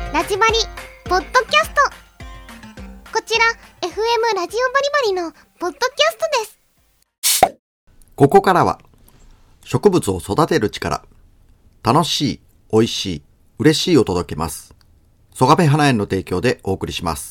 ラジバリポッドキャスト。こちら FM ラジオバリバリのポッドキャストです。 ここからは植物を育てる力、楽しい、美味しい、嬉しいを届けます。曽我部花園の提供でお送りします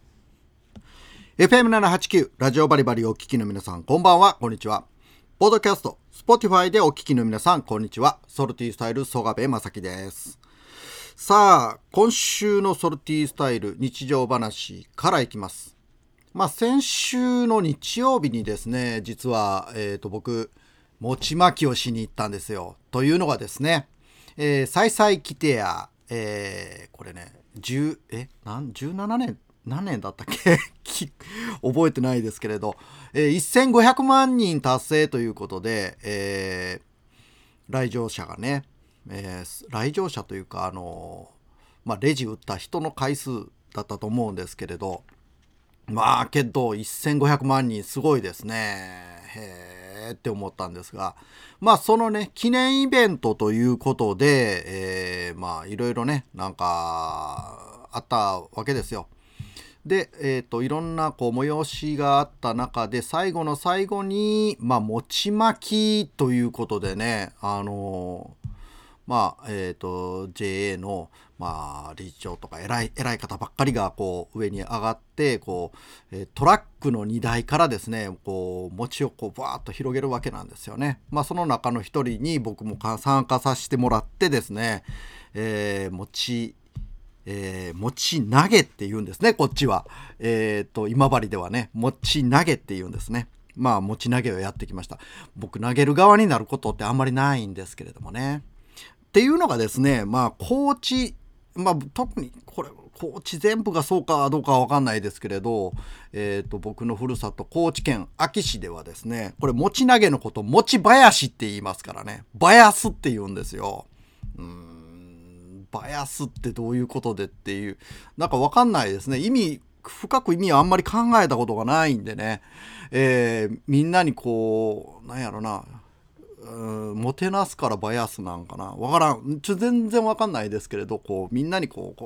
。FM789 ラジオバリバリをお聞きの皆さん、こんばんは、こんにちは。ポッドキャスト、Spotify でお聞きの皆さん、こんにちは。ソルティースタイル曽我部正樹です。さあ、今週のソルティースタイル日常話からいきます。先週の日曜日にですね、実は、僕餅巻きをしに行ったんですよ。というのがですね、さいさいきてや、これね、17年何年だったっけ覚えてないですけれど、1500万人達成ということで、来場者がね、来場者というかレジ打った人の回数だったと思うんですけれど、けど1500万人すごいですね。へーって思ったんですが、そのね記念イベントということで、いろいろねなんかあったわけですよ。で、いろんな催しがあった中で最後の最後に餅巻きということでね、JA の、理事長とか偉い方ばっかりが上に上がってトラックの荷台からですね餅をバーッと広げるわけなんですよね。その中の一人に僕も参加させてもらってですね、餅投げって言うんですね、こっちは。今治ではね餅投げって言うんですね。餅投げをやってきました。僕投げる側になることってあんまりないんですけれどもね。っていうのがですね、高知、特にこれ高知全部がそうかどうかは分かんないですけれど、僕のふるさと高知県安芸市ではですね、これ餅投げのこと餅林って言いますからね、バヤスって言うんですよ。バヤスってどういうことでっていうなんか分かんないですね。深く意味はあんまり考えたことがないんでね、みんなになんやろな、もてなすからバヤスなんかな、わからん、全然わかんないですけれど、みんなに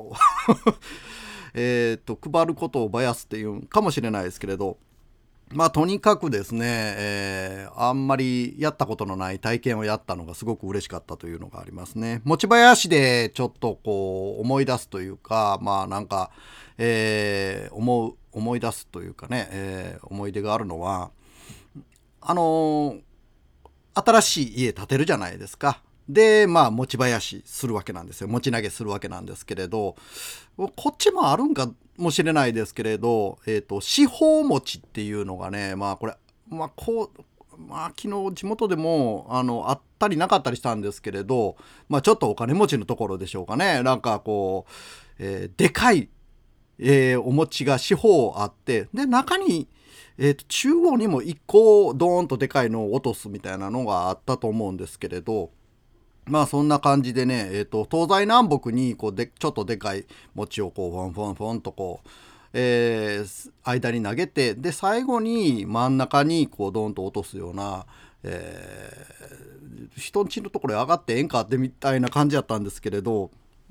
配ることをバヤスっていうかもしれないですけれど、とにかくですね、あんまりやったことのない体験をやったのがすごく嬉しかったというのがありますね。餅林でちょっと思い出すというか、思い出すというかね、思い出があるのは新しい家建てるじゃないですか。で餅林するわけなんですよ。餅投げするわけなんですけれど、こっちもあるんかもしれないですけれど、四方餅っていうのがね、これ昨日地元でもあったりなかったりしたんですけれど、ちょっとお金持ちのところでしょうかね。なんかでかい、お餅が四方あって、で中に中央にも1個ドーンとでかいのを落とすみたいなのがあったと思うんですけれど、そんな感じでね、東西南北にちょっとでかい餅をフォンフォンフォンと間に投げて、で最後に真ん中にドーンと落とすような、人んちのところへ上がってええんかってみたいな感じだったんですけれど、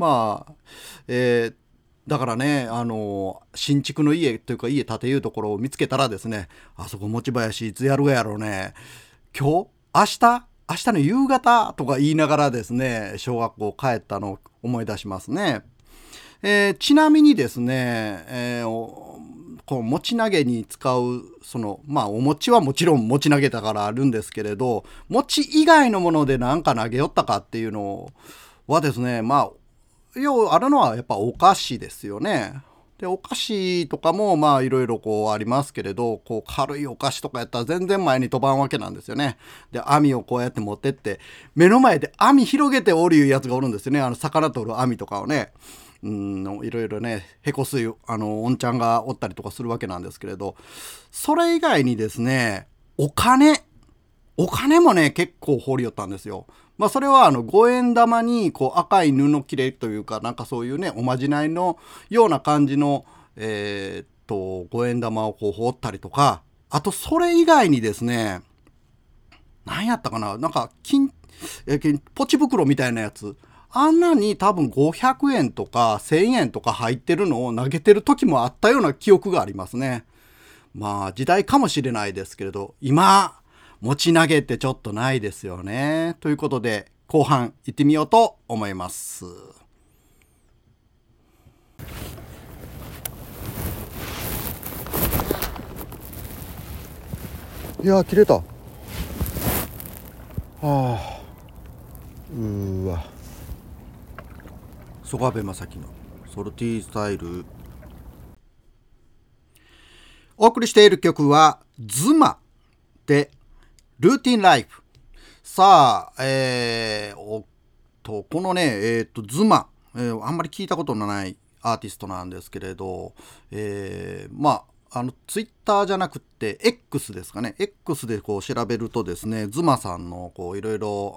だからね、新築の家というか家建ていうところを見つけたらですね、あそこ餅林いつやるやろうね、明日の夕方とか言いながらですね、小学校帰ったのを思い出しますね。ちなみにですね、この餅投げに使うお餅はもちろん餅投げだからあるんですけれど、餅以外のもので何か投げよったかっていうのはですね、要あるのはやっぱお菓子ですよね。でお菓子とかもいろいろありますけれど、軽いお菓子とかやったら全然前に飛ばんわけなんですよね。で網をこうやって持ってって目の前で網広げておるいうやつがおるんですよね。魚取る網とかをね、いろいろねへこすいおんちゃんがおったりとかするわけなんですけれど、それ以外にですねお金もね結構放り寄ったんですよ。それは五円玉に赤い布切れというかなんかそういうねおまじないのような感じの五円玉を放ったりとか、あとそれ以外にですね、何やったかな、なんかポチ袋みたいなやつ、 あんなに多分500円とか1000円とか入ってるのを投げてる時もあったような記憶がありますね。まあ時代かもしれないですけれど、今持ち投げってちょっとないですよね。ということで後半行ってみようと思います。いや切れた。曽我部正樹のソルティースタイル。お送りしている曲はズマでルーティンライフ。さあ、このね、ズマ、あんまり聞いたことのないアーティストなんですけれど、ツイッターじゃなくて X ですかね。 X でこう調べるとですね、ズマさんのこういろいろ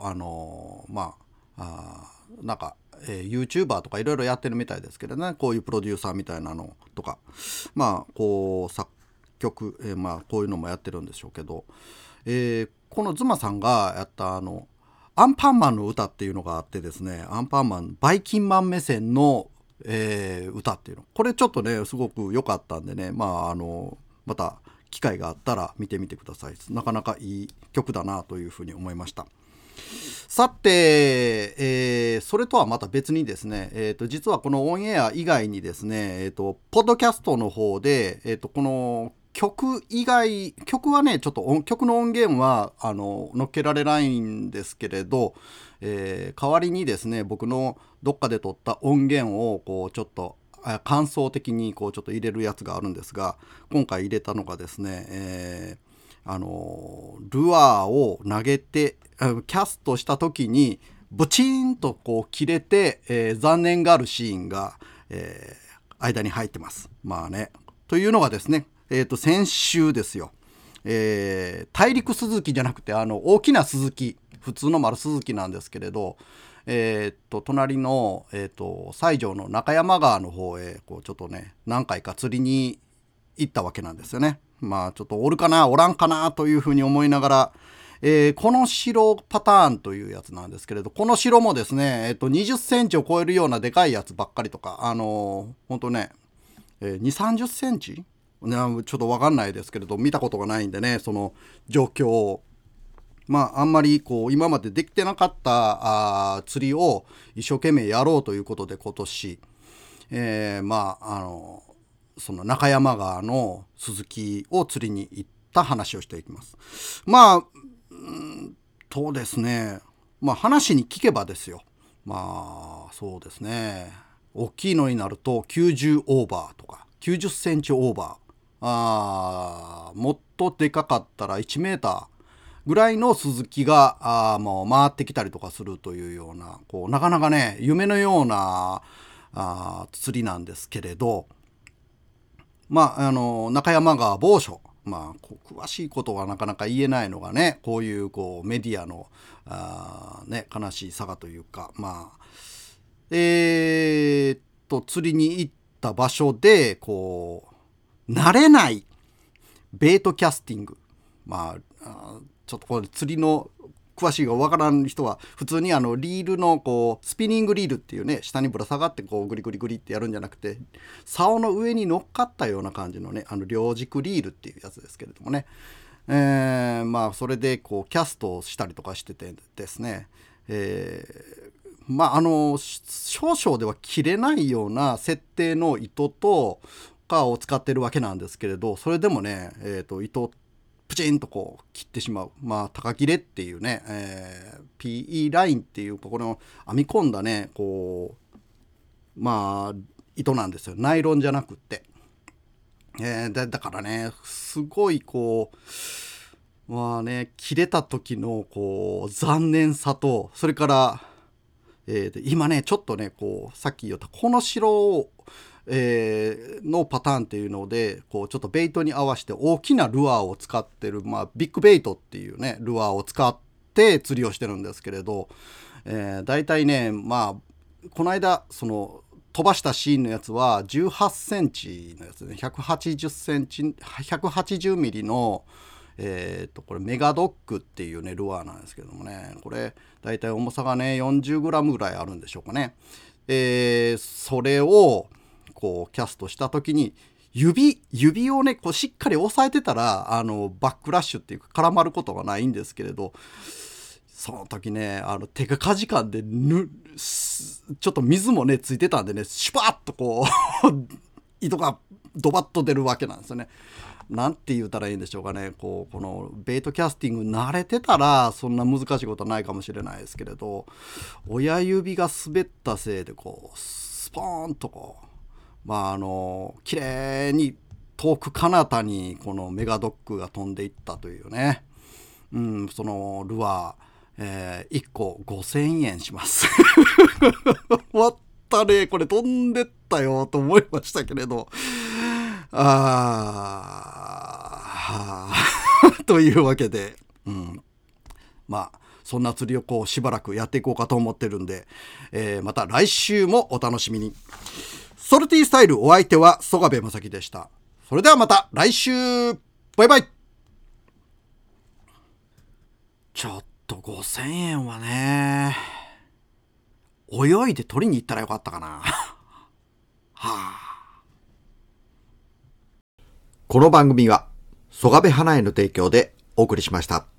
YouTuber とかいろいろやってるみたいですけどね、こういうプロデューサーみたいなのとか、こう作曲、こういうのもやってるんでしょうけど、このズマさんがやったアンパンマンの歌っていうのがあってですね、アンパンマンバイキンマン目線の、歌っていうの、これちょっとねすごく良かったんでね、また機会があったら見てみてください。なかなかいい曲だなというふうに思いました。さて、それとはまた別にですね、実はこのオンエア以外にですね、ポッドキャストの方で、この曲はねちょっと曲の音源は載っけられないんですけれど、代わりにですね僕のどっかで撮った音源をこうちょっと感想的にこうちょっと入れるやつがあるんですが、今回入れたのがですね、ルアーを投げてキャストした時にブチーンとこう切れて、残念があるシーンが、間に入ってます。というのがですね、先週ですよ、大陸スズキじゃなくて大きなスズキ、普通の丸スズキなんですけれど、隣の、西条の中山川の方へこうちょっとね何回か釣りに行ったわけなんですよね。ちょっとおるかなおらんかなというふうに思いながら、この城パターンというやつなんですけれど、この城もですね、20センチを超えるようなでかいやつばっかりとか、ほんとね、2、30センチちょっと分かんないですけれど、見たことがないんでね、その状況をあんまりこう今までできてなかった釣りを一生懸命やろうということで今年、その中山川のスズキを釣りに行った話をしていきます。ですね、話に聞けばですよ、そうですね、大きいのになると90オーバーとか90センチオーバー、もっとでかかったら1メーターぐらいのスズキがもう回ってきたりとかするというような、こうなかなかね夢のような釣りなんですけれど、中山川某所、詳しいことはなかなか言えないのがね、こういうメディアの悲しいさがというか、釣りに行った場所でこう慣れないベイトキャスティング、ちょっとこれ釣りの詳しいがわからん人は普通にリールのこうスピニングリールっていうね、下にぶら下がってこうグリグリグリってやるんじゃなくて、竿の上に乗っかったような感じのね両軸リールっていうやつですけれどもね、それでこうキャストをしたりとかしててですね、少々では切れないような設定の糸とかを使ってるわけなんですけれど、それでもね、糸プチンとこう切ってしまう、高切れっていうね、PE ラインっていうこの編み込んだねこう糸なんですよ、ナイロンじゃなくって、だからねすごいこう切れた時のこう残念さと、それから今ねちょっとねこうさっき言ったこの城をのパターンっていうのでこうちょっとベイトに合わせて大きなルアーを使ってる、ビッグベイトっていうねルアーを使って釣りをしてるんですけれど、だいたいねこの間その飛ばしたシーンのやつは18センチのやつね、180センチ180ミリの、 これメガドックっていうねルアーなんですけどもね、これだいたい重さがね 40g ぐらいあるんでしょうかね。それをこうキャストした時に指をねこうしっかり押さえてたらバックラッシュっていうか絡まることがないんですけれど、その時ね手がかじかんでちょっと水もねついてたんでね、シュパッとこう糸がドバッと出るわけなんですよね。なんて言ったらいいんでしょうかね、このベイトキャスティング慣れてたらそんな難しいことはないかもしれないですけれど、親指が滑ったせいでこうスポーンとこう綺麗に遠く彼方にこのメガドックが飛んでいったというね、そのルアー、1個5000円します終わったね、これ飛んでったよと思いましたけれど、というわけで、そんな釣りをこうしばらくやっていこうかと思ってるんで、また来週もお楽しみに。ソルティースタイル、お相手は曽我部正樹でした。それではまた来週、バイバイ。ちょっと5000円はね、泳いで取りに行ったらよかったかなこの番組は曽我部花江の提供でお送りしました。